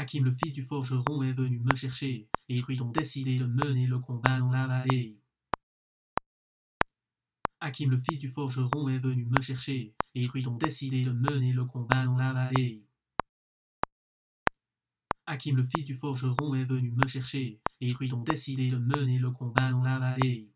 Hakim le fils du forgeron est venu me chercher, et truies ont décidé de mener le combat dans la vallée. Hakim le fils du forgeron est venu me chercher, et truies ont décidé de mener le combat dans la vallée. Hakim le fils du forgeron est venu me chercher, et truies ont décidé de mener le combat dans la vallée.